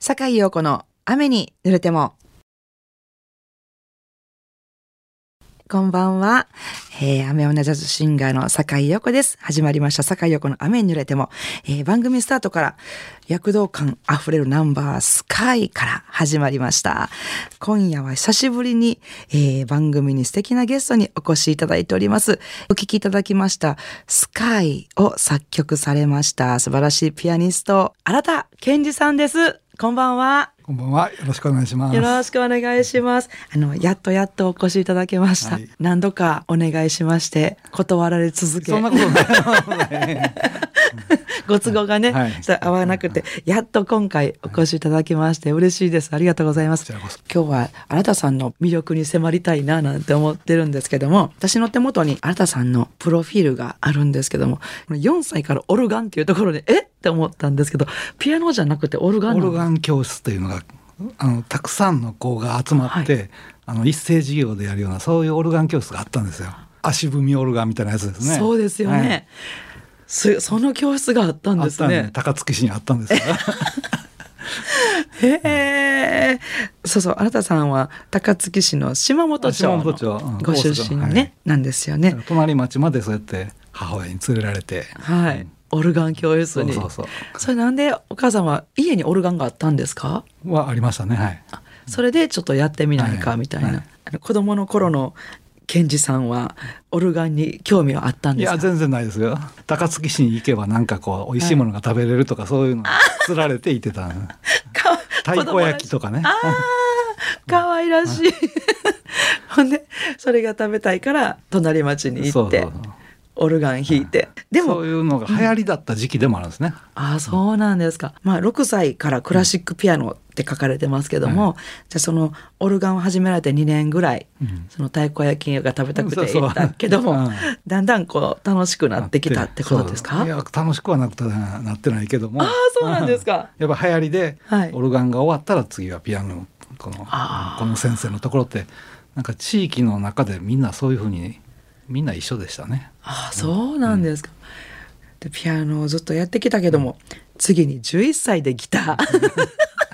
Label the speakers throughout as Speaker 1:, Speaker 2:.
Speaker 1: 坂井陽子の雨に濡れても。こんばんは、雨女ジャズシンガーの坂井陽子です。始まりました坂井陽子の雨に濡れても、番組スタートから躍動感あふれるナンバースカイから始まりました。今夜は久しぶりに、番組に素敵なゲストにお越しいただいております。お聴きいただきましたスカイを作曲されました素晴らしいピアニスト新田健二さんです。こんばんは。
Speaker 2: こんばんは。よろしくお願いします。
Speaker 1: よろしくお願いします。やっとお越しいただけました。はい、何度かお願いしまして、断られ続け。
Speaker 2: そんなことない。
Speaker 1: ご都合がね、合わなくて、やっと今回お越しいただきまして、嬉しいです。ありがとうございます。今日は新田さんの魅力に迫りたいななんて思ってるんですけども、私の手元に新田さんのプロフィールがあるんですけども、4歳からオルガンっていうところで、って思ったんですけど、ピアノじゃなくてオルガン
Speaker 2: オルガン教室というのがたくさんの子が集まって、一斉授業でやるようなそういうオルガン教室があったんですよ。足踏みオルガンみたいなやつですね。
Speaker 1: そうですよね、その教室があったんですね。
Speaker 2: 高槻市にあったんですよ。
Speaker 1: そう新田さんは高槻市の島本町のご出身ね、なんですよね。
Speaker 2: 隣町までそうやって母親に連れられて、
Speaker 1: オルガン教室に。それなんでお母さんは家にオルガンがあったんですか？
Speaker 2: はありましたね。
Speaker 1: それでちょっとやってみないかみたいな。子供の頃の健二さんはオルガンに興味はあったんですか？
Speaker 2: いや全然ないですよ。高槻市に行けばなんかこう美味しいものが食べれるとか、そういうの釣られて行ってた。太鼓焼きとかね。
Speaker 1: 可愛らしい。ほんでそれが食べたいから隣町に行って。オルガン弾いて、
Speaker 2: でもそういうのが流行りだった時期でもあるんですね。
Speaker 1: そうなんですか。6歳からクラシックピアノって書かれてますけども、じゃあそのオルガンを始められて2年ぐらい、その太鼓焼きが食べたくて行ったけども、だんだんこう楽しくなってきたってことですか？
Speaker 2: いや楽しくはなってないけども。
Speaker 1: そうなんですか。
Speaker 2: やっぱ流行りで、オルガンが終わったら次はピアノ、この先生のところってなんか地域の中でみんなそういうふうにみんな一緒でしたね。
Speaker 1: そうなんですか。でピアノをずっとやってきたけども、次に11歳でギター。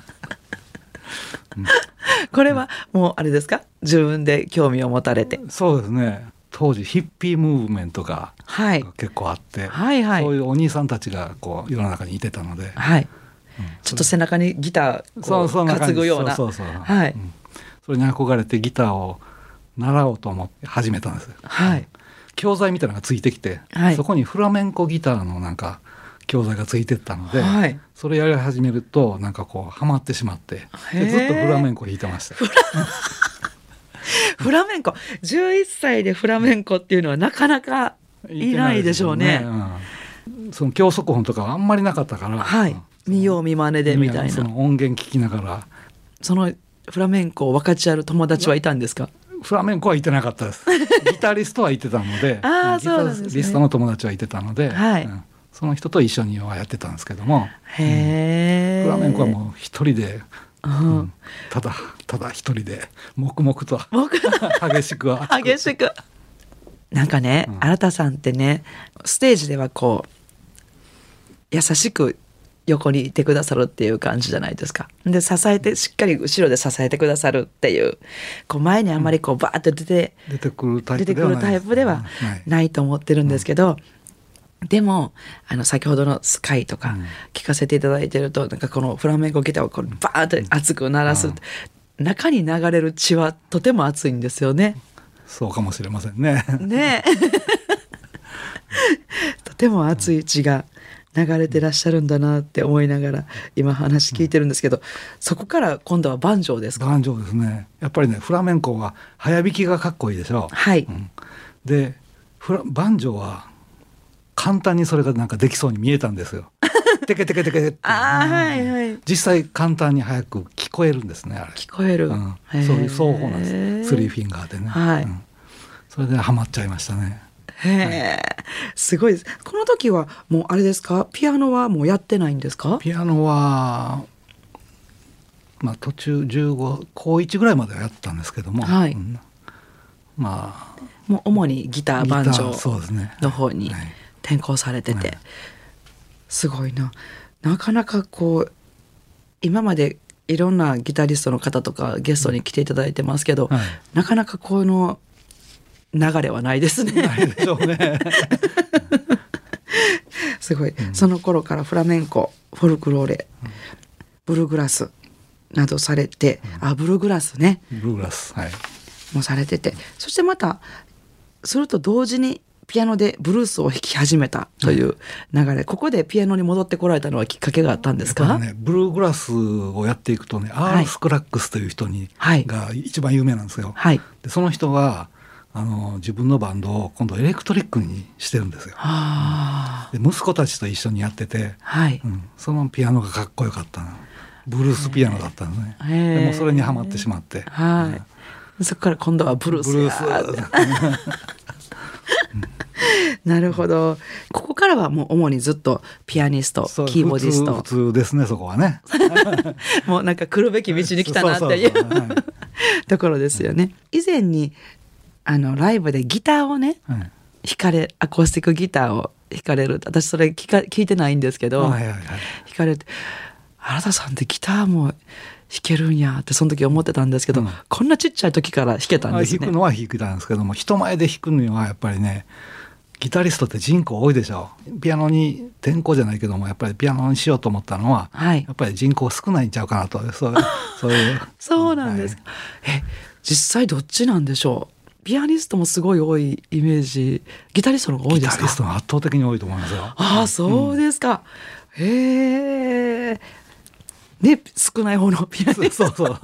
Speaker 1: これはもうあれですか、自分で興味を持たれて。
Speaker 2: そうですね。当時ヒッピームーブメントが結構あって、そういうお兄さんたちがこう世の中にいてたので、
Speaker 1: ちょっと背中にギターを担ぐような。そ
Speaker 2: れに憧れてギターを習おうと思って始めたんです。教材みたいなのがついてきて、そこにフラメンコギターのなんか教材がついてったので、それやり始めるとなんかこうハマってしまって、ずっとフラメンコ弾いてました。
Speaker 1: フラメンコ11歳でフラメンコっていうのはなかなかいないでしょうね。
Speaker 2: その教則本とかはあんまりなかったから、
Speaker 1: 見よう見まねでみたいな。
Speaker 2: その音源聞きながら。
Speaker 1: そのフラメンコを分かち合う友達はいたんですか？
Speaker 2: フラメンコはいてなかったです。ギタリストはいてたので、ギタリストの友達はいてたので、その人と一緒にはやってたんですけども、フラメンコはもう一人で、ただ一人で黙々と激しく
Speaker 1: なんかね、新田さんってね、ステージではこう優しく横にいてくださるっていう感じじゃないですか。で支えて、しっかり後ろで支えてくださるっていう、こう前にあんまりこうバーッと出てくるタイプではないと思ってるんですけど、でも先ほどのスカイとか聞かせていただいてると、なんかこのフラメンコギターをこうバーッと熱く鳴らす、中に流れる血はとても熱いんですよね。
Speaker 2: そうかもしれませんね。
Speaker 1: とても熱い血が流れてらっしゃるんだなって思いながら今話聞いてるんですけど、そこから今度はバンジョーですか？
Speaker 2: バンジョーですね。やっぱりね、フラメンコは早弾きがかっこいいでしょ。でバンジョーは簡単にそれがなんかできそうに見えたんですよ。テケテケテケって実際簡単に早く聞こえるんですね。あれ
Speaker 1: 聞こえる、
Speaker 2: そういう奏法なんです。スリーフィンガーでね、それでハマっちゃいましたね。
Speaker 1: すごいです。この時はもうあれですか、ピアノはもうやってないんですか？
Speaker 2: ピアノは途中15高1ぐらいまではやったんですけども、
Speaker 1: もう主にギターバンジョーの方に転校されてて、すごいな。なかなかこう今までいろんなギタリストの方とかゲストに来ていただいてますけど、なかなかこの流れはないですね。
Speaker 2: ないでしょうね。
Speaker 1: すごい、その頃からフラメンコ、フォルクローレ、ブルーグラスなどされて、ブルーグラスね、
Speaker 2: ブルーグラス、
Speaker 1: もされてて、そしてまたそれと同時にピアノでブルースを弾き始めたという流れ、ここでピアノに戻ってこられたのはきっかけがあったんですか？
Speaker 2: ブルーグラスをやっていくとね、アール・スクラックスという人が一番有名なんですよ。でその人は自分のバンドを今度エレクトリックにしてるんですよ。で息子たちと一緒にやってて、そのピアノがかっこよかったな。ブルースピアノだったのね。でもそれにはまってしまって、
Speaker 1: そこから今度はブルースやなるほど。ここからはもう主にずっとピアニスト、キーボディスト。
Speaker 2: 普通ですね、そこはね。
Speaker 1: もうなんか来るべき道に来たなっていうところですよね。以前にライブでギターをね、アコースティックギターを弾かれる。私それ聞いてないんですけど、弾かれて、新田さんってギターも弾けるんやってその時思ってたんですけど、こんなちっちゃい時から弾けたんですね。
Speaker 2: 弾くのは弾けたんですけども、人前で弾くにはやっぱりね、ギタリストって人口多いでしょ。ピアノに転校じゃないけども、やっぱりピアノにしようと思ったのは、やっぱり人口少ないんちゃうかなと。
Speaker 1: そうなんですか。実際どっちなんでしょう。ピアニストもすごい多いイメージ、ギタリストの方が多いですか？
Speaker 2: ギタリストが圧倒的に多いと思いますよ。
Speaker 1: そうですか。で少ない方のピアニスト。そう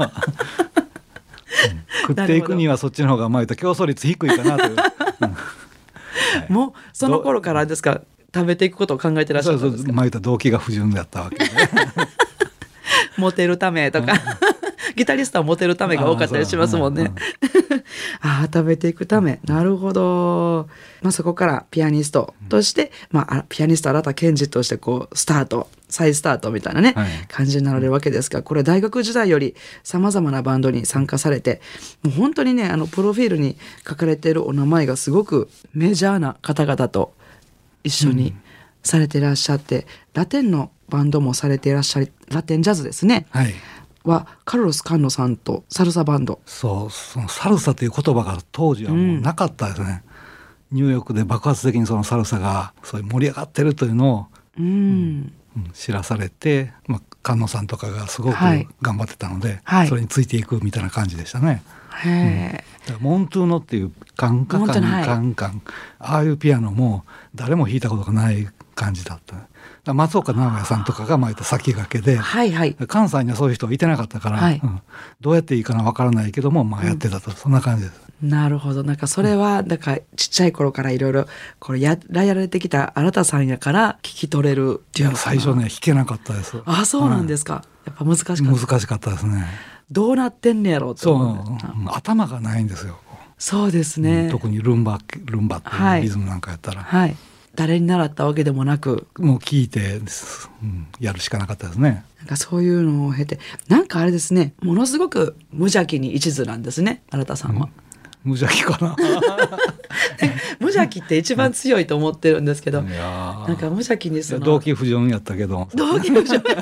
Speaker 2: 食っていくにはそっちの方がまいと競争率低いかなという。
Speaker 1: もうその頃からですか、食べていくことを考えてらっしゃったんですか？
Speaker 2: まいと動機が不純だったわけで。
Speaker 1: モテるためとか。ギタリストはモテるためが多かったりしますもんね。食べていくため。なるほど。そこからピアニストとして、ピアニスト新田健二として再スタートみたいなね、感じになられるわけですが、これ大学時代よりさまざまなバンドに参加されて、もう本当にね、プロフィールに書かれているお名前がすごくメジャーな方々と一緒にされていらっしゃって、ラテンのバンドもされていらっしゃり、ラテンジャズですね。はカルロス・カンノさんとサルサバンド。
Speaker 2: そのサルサという言葉が当時はもうなかったですね。ニューヨークで爆発的にそのサルサがそういう盛り上がってるというのを、知らされて、カンノさんとかがすごく頑張ってたので、それについていくみたいな感じでしたね。だからモントゥーノっていうカンカカンカンカン、ああいうピアノも誰も弾いたことがない感じだった。松岡直哉さんとかが巻いた先駆けで、関西にはそういう人はいてなかったから、どうやっていいかなわからないけども、やってたと、そんな感じです。
Speaker 1: なるほど。なんかそれはだからちっちゃい頃からいろいろこれやられてきた新田さんやから聞き取れるっていうのかな。
Speaker 2: 最初ね、弾けなかったです。
Speaker 1: そうなんですか。やっぱ難しかった。
Speaker 2: 難しかったですね。
Speaker 1: どうなってんねやろうと思
Speaker 2: う。頭がないんですよ。
Speaker 1: そうですね。
Speaker 2: 特にルンバっていうリズムなんかやったら、
Speaker 1: 誰に習ったわけでもなく、
Speaker 2: もう聞いて、やるしかなかったですね。
Speaker 1: なんかそういうのを経て、なんかあれですね、ものすごく無邪気に一途なんですね、新田さんは。
Speaker 2: 無邪気かな。
Speaker 1: 無邪気って一番強いと思ってるんですけど、なんか無邪気に
Speaker 2: 動機不純やったけど。
Speaker 1: 動機不純。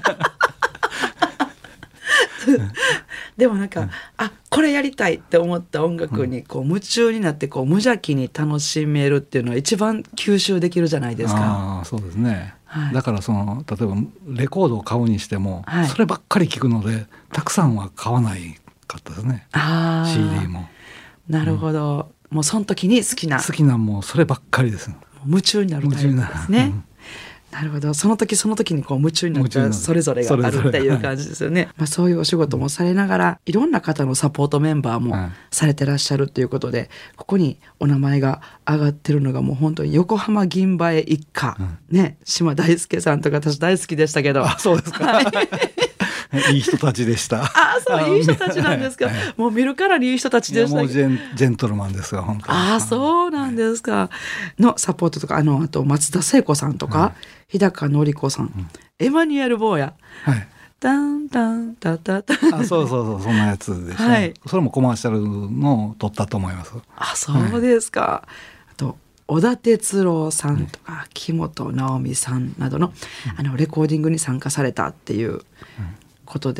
Speaker 1: でもなんか、これやりたいって思った音楽に夢中になって無邪気に楽しめるっていうのは一番吸収できるじゃないですか。
Speaker 2: そうですね。だから例えばレコードを買うにしても、そればっかり聞くのでたくさんは買わないかったですね。CD も。
Speaker 1: なるほど。もうその時に好きな
Speaker 2: もうそればっかりです。
Speaker 1: 夢中になるタイプですね。なるほど。その時に夢中になったそれぞれがあるっていう感じですよね。そういうお仕事もされながら、いろんな方のサポートメンバーもされてらっしゃるということで、ここにお名前が上がってるのがもう本当に横浜銀蝿一家、島大輔さんとか私大好きでしたけど。
Speaker 2: そうですか。いい人たちでした。
Speaker 1: いい人たちなんですか。もう見るからにいい人たちでした。
Speaker 2: もうジェントルマンですが、本当に。
Speaker 1: そうなんですか。のサポートとか、あと松田聖子さんとか、日高のり子さん、エマニュエル坊や、タンタンタタタ。
Speaker 2: そうそんなやつでした。それもコマーシャルの撮ったと思います。
Speaker 1: そうですか。あと小田哲郎さんとか、木本直美さんなどのレコーディングに参加されたっていうことで、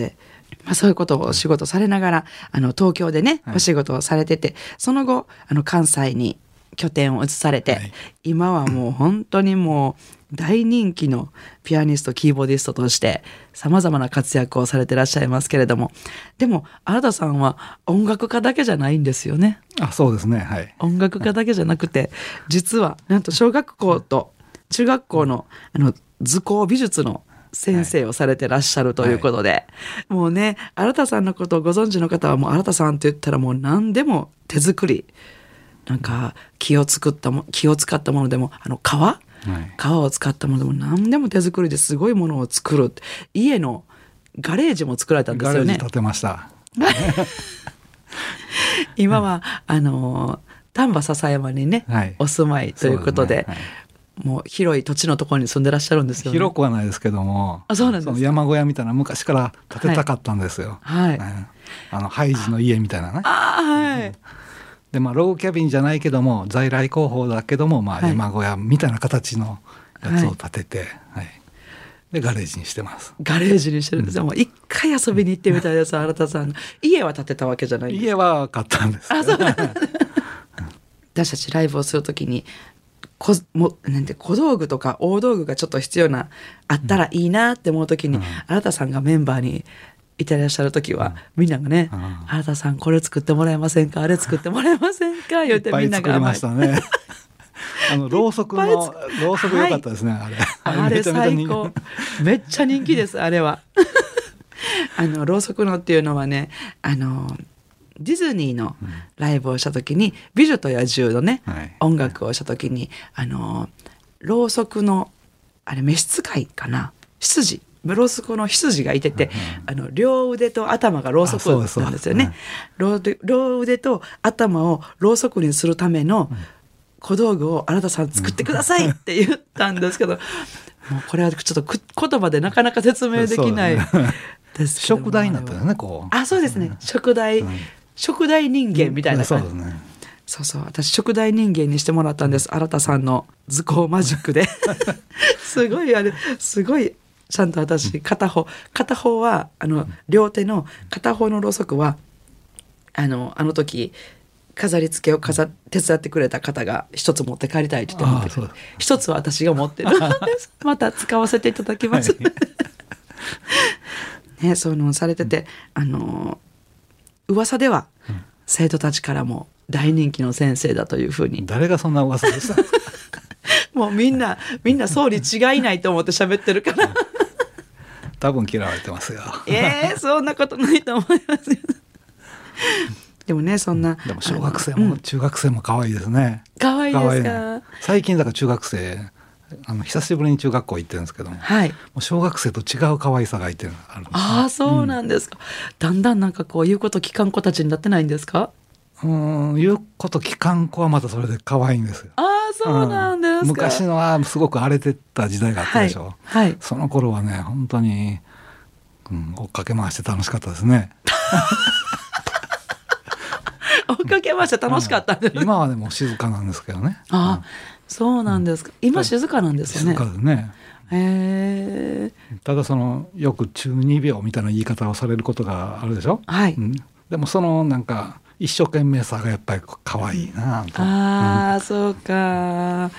Speaker 1: そういうことをお仕事されながら東京でね、お仕事をされてて、その後関西に拠点を移されて、今はもう本当にもう大人気のピアニストキーボーディストとしてさまざまな活躍をされてらっしゃいますけれども、でも新さんは音楽家だけじゃないんですよね。
Speaker 2: そうですね、はい。
Speaker 1: 音楽家だけじゃなくて、実はなんと小学校と中学校の図工美術の先生をされてらっしゃるということで、もうね、新さんのことをご存知の方はもう新さんって言ったらもう何でも手作り、なんか木を使ったものでも革を使ったものでも何でも手作りですごいものを作る。家のガレージも作られたんですよね。
Speaker 2: ガレージ建てました
Speaker 1: 今は丹波篠山にね、お住まいということで、もう広い土地のところに住んでらっしゃるんですよね。
Speaker 2: 広くはないですけども、
Speaker 1: そうなんです。
Speaker 2: その山小屋みたいな昔から建てたかったんですよ。ハイジの家みたいなね。でローキャビンじゃないけども在来工法だけども、山小屋みたいな形のやつを建てて、でガレージにしてます。
Speaker 1: ガレージにしてるんですよ。もう一回遊びに行ってみたいです。新さん家は建てたわけじゃないんです。
Speaker 2: 家は買ったんです。
Speaker 1: そうなんです。私たちライブをするときに小道具とか大道具がちょっと必要なあったらいいなって思うときに、新さんがメンバーにいてらっしゃる時は、みんながね、新さんこれ作ってもらえませんか、あれ作ってもらえませんか言ってみんなが
Speaker 2: いっぱい作りましたね。ろうそく良かったですね、
Speaker 1: あれ最高、めっちゃ人気ですあれは。ろうそくのっていうのはね、ディズニーのライブをした時に、美女と野獣のね、音楽をした時にろうそくの召使いかな、ろうそくの羊がいてて、両腕と頭がろうそくなんですよね。両腕と頭をろうそくにするための小道具を新さん作ってくださいって言ったんですけど、もうこれはちょっと言葉でなかなか説明できないですけど、
Speaker 2: 食台になったよね、こう。
Speaker 1: そうですね、食台人間みたいな感じ。そう私食台人間にしてもらったんです、新さんの図工マジックですごいちゃんと私片方は両手の片方のろうそくは時飾り付けを手伝ってくれた方が一つ持って帰りたいって言って持って一つは私が持ってるんですまた使わせていただきますね、そういうのをされてて、噂では、生徒たちからも大人気の先生だというふうに。
Speaker 2: 誰がそんな噂でした
Speaker 1: もうみんな総理違いないと思って喋ってるから
Speaker 2: 多分嫌われてますよ。
Speaker 1: そんなことないと思いますよでもね、そんな
Speaker 2: でも小学生も中学生も可愛いですね。
Speaker 1: 可愛いですか。
Speaker 2: 最近だから中学生久しぶりに中学校行ってるんですけども、もう小学生と違う可愛さがいてるのがあるんです、
Speaker 1: そうなんですか。だんだんなんかこう言うこと聞かん子たちになってないんですか。
Speaker 2: 言うこと聞かん子はまたそれで可愛いんですよ。
Speaker 1: そうなんですか。
Speaker 2: 昔のはすごく荒れてた時代があったでしょ。その頃はね、本当に、追っかけ回して楽しかったですね。
Speaker 1: 追っかけ回して楽しかったんです、
Speaker 2: 今はでも静かなんですけどね。
Speaker 1: そうなんですか。今静かなんですよね。
Speaker 2: 静かですね。ただよく中二病みたいな言い方をされることがあるでしょ。でもなんか一生懸命さがやっぱり可愛いなと。
Speaker 1: そうか。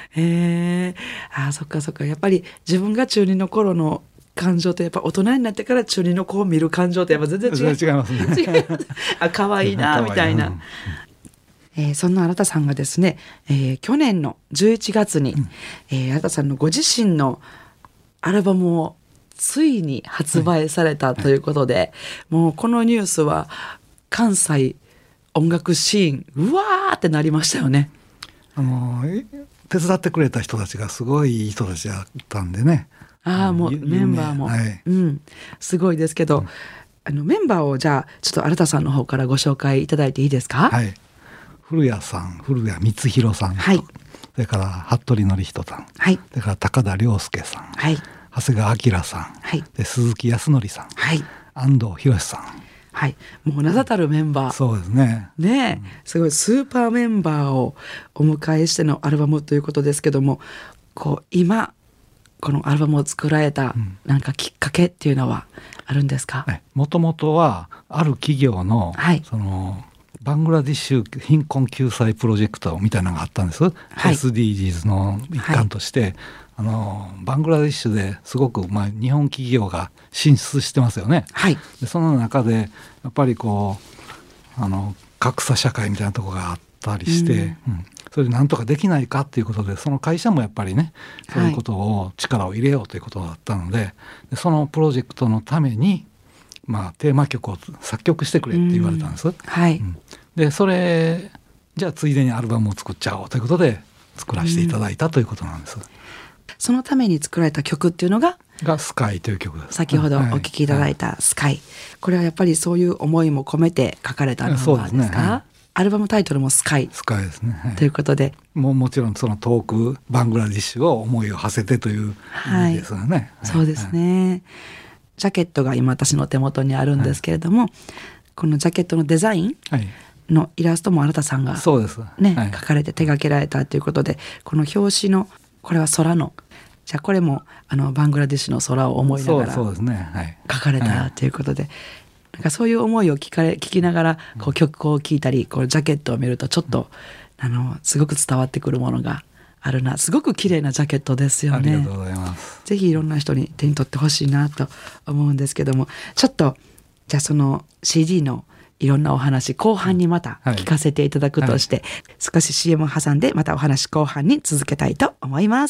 Speaker 1: そっかそっか。やっぱり自分が中二の頃の感情とやっぱ大人になってから中二の子を見る感情ってやっぱ全然違
Speaker 2: いますね。
Speaker 1: 可愛いなみたいな。そんな新さんがですね、去年の11月に、新さんのご自身のアルバムをついに発売されたということで、もうこのニュースは関西音楽シーンうわーってなりましたよね。
Speaker 2: 手伝ってくれた人たちがすごいいい人たちだったんでね。
Speaker 1: もうメンバーも、すごいですけど、メンバーをじゃあちょっと新さんの方からご紹介いただいていいですか。
Speaker 2: 古谷光弘さん、それから服部典人さん、それから高田良介さん、長谷川明さん、で鈴木康則さん、安藤博さん、
Speaker 1: もう名だたるメンバー。
Speaker 2: そうですね。
Speaker 1: すごいスーパーメンバーをお迎えしてのアルバムということですけども、今このアルバムを作られたなんかきっかけっていうのはあるんですか？
Speaker 2: もともとはある企業の、そのバングラディッシュ貧困救済プロジェクトみたいなのがあったんです、SDGs の一環として、バングラディッシュですごく、日本企業が進出してますよね、でその中でやっぱりこう格差社会みたいなところがあったりして、それで何とかできないかっていうことで、その会社もやっぱりねそういうことを力を入れようということだったので、そのプロジェクトのために、テーマ曲を作曲してくれって言われたんです、でそれじゃあついでにアルバムを作っちゃおうということで作らせていただいたということなんです、
Speaker 1: そのために作られた曲っていうのが
Speaker 2: スカイという曲です。
Speaker 1: 先ほどお聴きいただいたスカイ、これはやっぱりそういう思いも込めて書かれたアルバムですか？アルバムタイトルもスカイ
Speaker 2: ですね、
Speaker 1: ということで、
Speaker 2: もちろんその遠くバングラディッシュを思いを馳せてという意味ですよね、
Speaker 1: そうですね、ジャケットが今私の手元にあるんですけれども、このジャケットのデザインのイラストも新さんが、
Speaker 2: そうです
Speaker 1: ね、描かれて手掛けられたということで、この表紙のこれは空の、じゃあこれもバングラディッシュの空を思いながら描かれたということで、なんかそういう思いを聞きながらこう曲を聴いたり、こうジャケットを見るとちょっとすごく伝わってくるものがあるな。すごく綺麗なジャケットですよね。
Speaker 2: ありがとうございます。
Speaker 1: ぜひいろんな人に手に取ってほしいなと思うんですけども、ちょっとじゃあその CD のいろんなお話後半にまた聞かせていただくとして、少し CM を挟んでまたお話後半に続けたいと思います。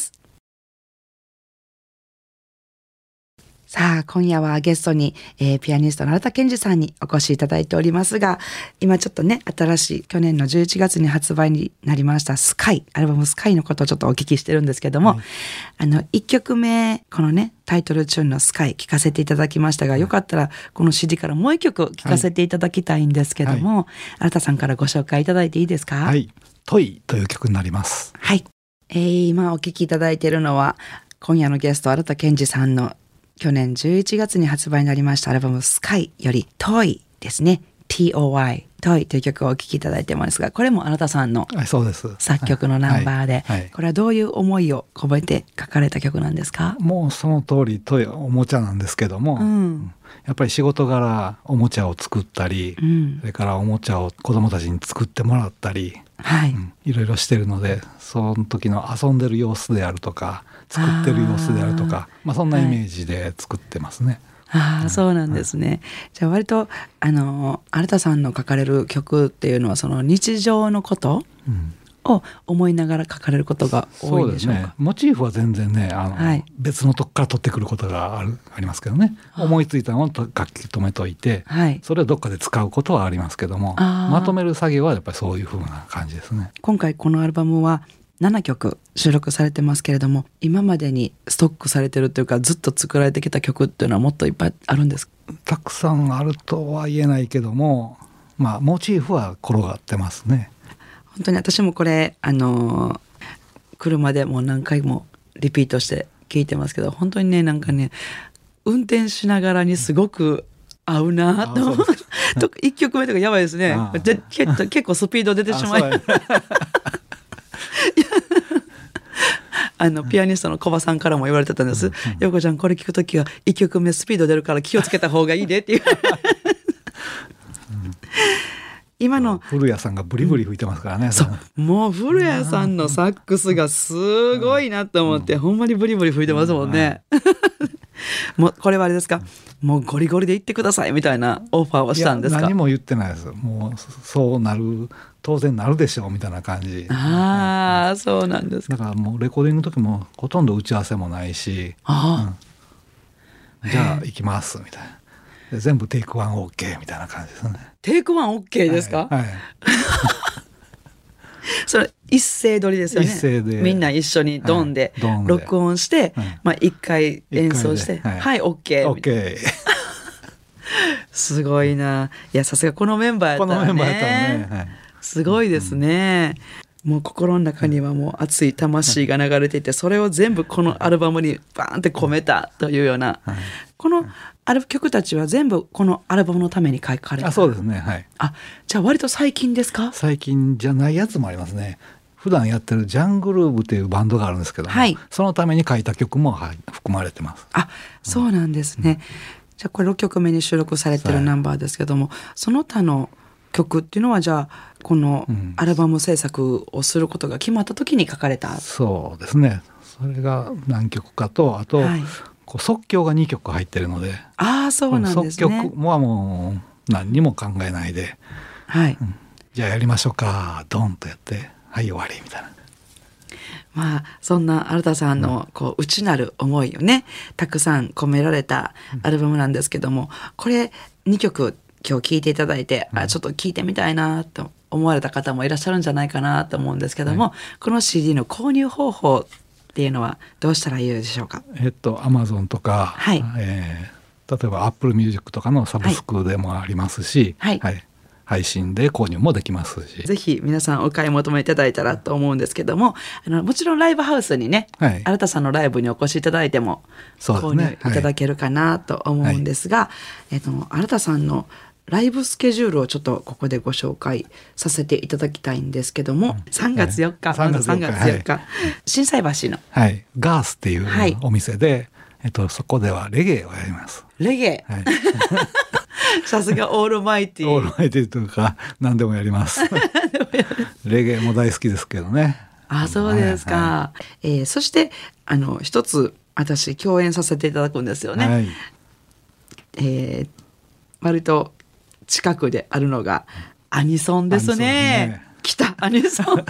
Speaker 1: さあ今夜はゲストに、ピアニストの新田健二さんにお越しいただいておりますが、今ちょっとね新しい去年の11月に発売になりましたスカイ、アルバムスカイのことをちょっとお聞きしてるんですけども、1曲目このねタイトルチューンのスカイ聴かせていただきましたが、よかったらこの CD からもう1曲聴かせていただきたいんですけども、新田さんからご紹介いただいていいですか？
Speaker 2: トイという曲になります。
Speaker 1: 今お聴きいただいているのは今夜のゲスト新田健二さんの去年11月に発売になりましたアルバムスカイよりトイですね、 TOY トイという曲をお聴きいただいてますが、これも新田さんの作曲のナンバーで、これはどういう思いを込めて書かれた曲なんですか？
Speaker 2: もうその通りトイおもちゃなんですけども、やっぱり仕事柄おもちゃを作ったり、それからおもちゃを子どもたちに作ってもらったり、いろいろしてるので、その時の遊んでる様子であるとか作ってる様子であるとか、そんなイメージで作ってますね。
Speaker 1: そうなんですね。じゃあ割と新田さんの書かれる曲っていうのはその日常のことを思いながら書かれることが多いでしょうか？そうですね。
Speaker 2: モチーフは全然ね別のとこから取ってくることがありますけどね、思いついたのを書き留めといて、それをどっかで使うことはありますけども、まとめる作業はやっぱりそういう風な感じですね。
Speaker 1: 今回このアルバムは7曲収録されてますけれども、今までにストックされてるというかずっと作られてきた曲っていうのはもっといっぱいあるんですか？
Speaker 2: たくさんあるとは言えないけども、モチーフは転がってますね。
Speaker 1: 本当に私もこれ車でもう何回もリピートして聴いてますけど、本当にねなんかね運転しながらにすごく合うなと1曲目とかやばいですね。結構スピード出てしまいピアニストの小葉さんからも言われてたんです。陽子ちゃんこれ聞くときは1曲目スピード出るから気をつけた方がいいでっていう今の
Speaker 2: 古谷さんがブリブリ吹いてますからね。
Speaker 1: もう古谷さんのサックスがすごいなと思って、ほんまにブリブリ吹いてますもんねもうこれはあれですか、もうゴリゴリで言ってくださいみたいなオファーをしたんですか？
Speaker 2: 何も言ってないです。もうそうなる、当然なるでしょうみたいな感じ。
Speaker 1: そうなんですか。
Speaker 2: だからもうレコーディングの時もほとんど打ち合わせもないし、じゃあ行きますみたいな、で全部テイクワン OK みたいな感じですね。
Speaker 1: テイクワン OK ですか？それ一斉撮りですよね。
Speaker 2: 一斉で
Speaker 1: みんな一緒にドンで録音して、一回演奏して、OK すごいな。いやさすがこのメンバーやったらね、すごいですね。もう心の中にはもう熱い魂が流れていて、それを全部このアルバムにバーンって込めたというような、この曲たちは全部このアルバムのために書かれた。
Speaker 2: そうですね。
Speaker 1: じゃあ割と最近ですか？
Speaker 2: 最近じゃないやつもありますね。 普段やってるジャングルーブっていうバンドがあるんですけども、そのために書いた曲も含まれてます。
Speaker 1: あ、そうなんですね。じゃあこれ6曲目に収録されてるナンバーですけども、その他の曲っていうのはじゃあこのアルバム制作をすることが決まった時に書かれた、
Speaker 2: そうですね。それが何曲かと、あと、こう即興が2曲入ってるので、
Speaker 1: そうなんですね。
Speaker 2: 即興はもう何にも考えないで、じゃあやりましょうか、ドンとやって、はい終わりみたいな。
Speaker 1: まあそんな新田さんのこう内なる思いをねたくさん込められたアルバムなんですけども、これ2曲今日聴いていただいて、ちょっと聴いてみたいなと思われた方もいらっしゃるんじゃないかなと思うんですけども、この CD の購入方法っていうのはどうしたらいいでしょうか。
Speaker 2: Amazon とか、例えば Apple Music とかのサブスクでもありますし、配信で購入もできますし、
Speaker 1: ぜひ皆さんお買い求めいただいたらと思うんですけども、もちろんライブハウスにね、新田さんのライブにお越しいただいても購入いただけるかなと思うんですが、新田さんのライブスケジュールをちょっとここでご紹介させていただきたいんですけども、3月4日、まず3月4日、心斎橋の、
Speaker 2: ガースっていうお店で、そこではレゲエをやります。
Speaker 1: レゲエ、さすがオールマイティー。
Speaker 2: オールマイティーというか何でもやります。レゲエも大好きですけどね。
Speaker 1: そうですか。そして一つ私共演させていただくんですよね。割と近くであるのがアニソンですね。来たアニソン。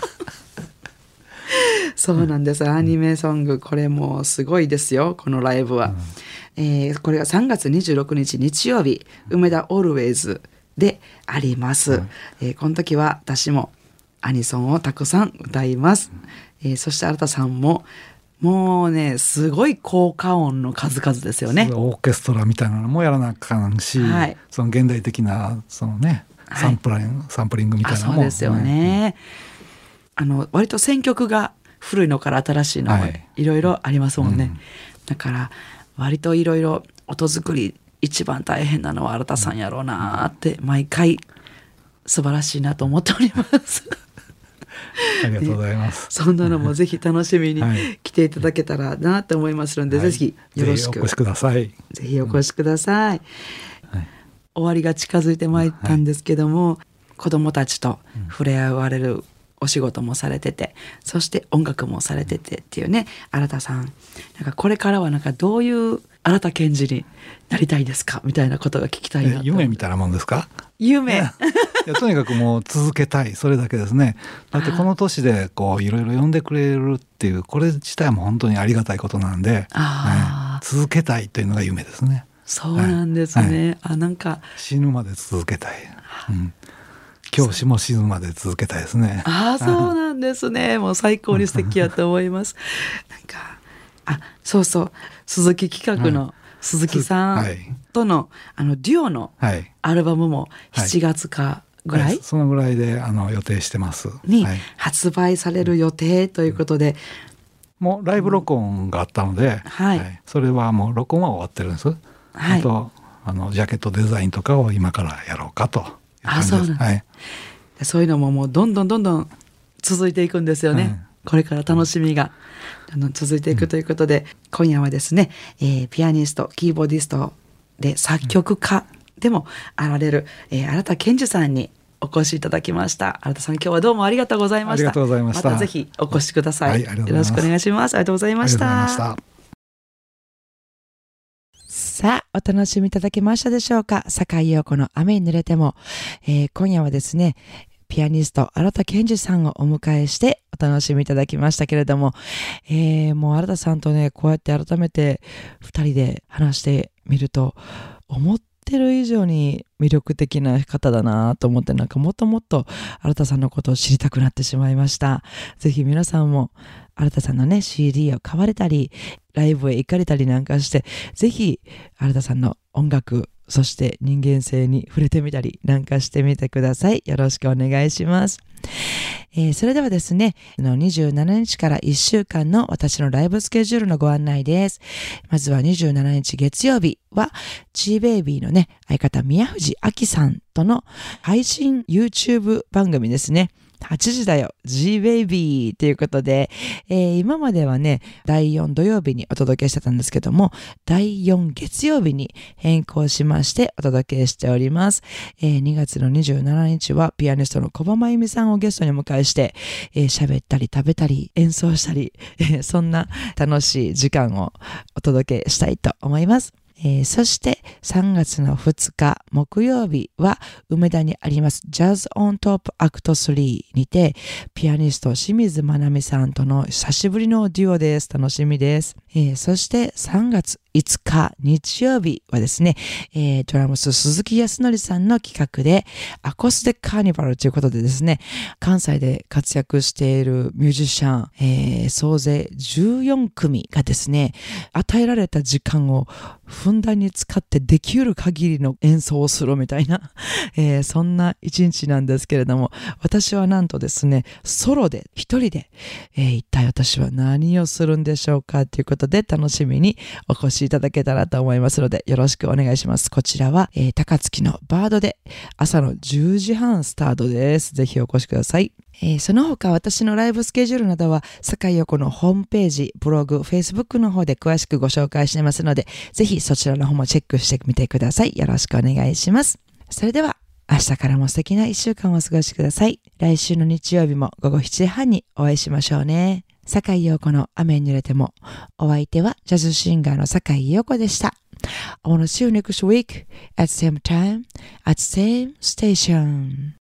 Speaker 1: そうなんです。アニメソング、これもすごいですよ、このライブは。これが3月26日日曜日、梅田オールウェイズであります。この時は私もアニソンをたくさん歌います。そして新田さんももうねすごい効果音の数々ですよね。
Speaker 2: オーケストラみたいなのもやらなあかんし、その現代的なそのねサンプリングみたいなのも、
Speaker 1: そうですよね。割と選曲が古いのから新しいのもいろいろありますもんね。だから割といろいろ音作り一番大変なのは新田さんやろうなって毎回素晴らしいなと思っております。
Speaker 2: ありがとうございます。
Speaker 1: そんなのもぜひ楽しみに来ていただけたらなと思いますので、ぜひよろしく
Speaker 2: お越しください。
Speaker 1: ぜひお越しください。終わりが近づいてまいったんですけども、子どもたちと触れ合われるお仕事もされてて、そして音楽もされててっていうね、新田さん、なんかこれからはなんかどういう新田賢治になりたいですかみたいなことが聞きたいなと。
Speaker 2: 夢みたいなもんですか？
Speaker 1: 夢。
Speaker 2: いやとにかくもう続けたい、それだけですね。だってこの年でこういろいろ呼んでくれるっていうこれ自体も本当にありがたいことなんで、続けたいというのが夢ですね。
Speaker 1: そうなんですね。なんか
Speaker 2: 死ぬまで続けたい。教師も死ぬまで続けたいですね。
Speaker 1: そうなんですね。もう最高に素敵やと思います。なんかそうそう、鈴木企画の鈴木さんとのデュオのアルバムも7月かぐらい、
Speaker 2: そのぐらいで予定してます
Speaker 1: に発売される予定ということで、
Speaker 2: もうライブ録音があったので、それはもう録音は終わってるんです。あとジャケットデザインとかを今からやろうかと。
Speaker 1: そうなんです。そういうのももうどんどん続いていくんですよね。これから楽しみが続いていくということで、今夜はですね、ピアニストキーボーディストで作曲家でもあられる、新田賢治さんにお越しいただきました。新田さん、今日はどうもありがとうございました。
Speaker 2: ありがとうございました。
Speaker 1: またぜひお越しください。よろしくお願いします。ありがとうございました。さあ、お楽しみいただけましたでしょうか。坂井陽子の雨に濡れても、今夜はですね、ピアニスト新田賢治さんをお迎えしてお楽しみいただきましたけれども、もう新田さんとねこうやって改めて2人で話してみると、思ってる以上に魅力的な方だなと思って、なんかもっともっと新田さんのことを知りたくなってしまいました。ぜひ皆さんも新田さんのね CD を買われたりライブへ行かれたりなんかして、ぜひ新田さんの音楽そして人間性に触れてみたりなんかしてみてください。よろしくお願いします。それではですね、27日から1週間の私のライブスケジュールのご案内です。まずは27日月曜日は G-Baby のね相方宮藤明さんとの配信 YouTube 番組ですね。 8時だよ G-Baby ということで、今まではね第4土曜日にお届けしてたんですけども、第4月曜日に変更しましてお届けしております。2月の27日はピアニストの小葉真由美さんをゲストにお迎えして喋ったり食べたり演奏したり、そんな楽しい時間をお届けしたいと思います。そして3月の2日木曜日は梅田にありますジャズオントップアクト3にてピアニスト清水まなみさんとの久しぶりのデュオです。楽しみです。そして3月5日日曜日はですね、ドラムス鈴木康則さんの企画でアコースティックカーニバルということでですね、関西で活躍しているミュージシャン、総勢14組がですね、与えられた時間をふんだんに使ってできうる限りの演奏をするみたいな、そんな一日なんですけれども、私はなんとですねソロで一人で、一体私は何をするんでしょうかということで楽しみにお越しいただけたらと思いますのでよろしくお願いします。こちらは、高槻のバードで朝の10時半スタートです。ぜひお越しください。その他私のライブスケジュールなどは坂井陽子のホームページ、ブログ、Facebook の方で詳しくご紹介していますので、ぜひそちらの方もチェックしてみてください。よろしくお願いします。それでは明日からも素敵な1週間をお過ごしください。来週の日曜日も午後7時半にお会いしましょうね。坂井陽子の雨に濡れても。お相手はジャズシンガーの坂井陽子でした。I wanna see you next week at same time at same station.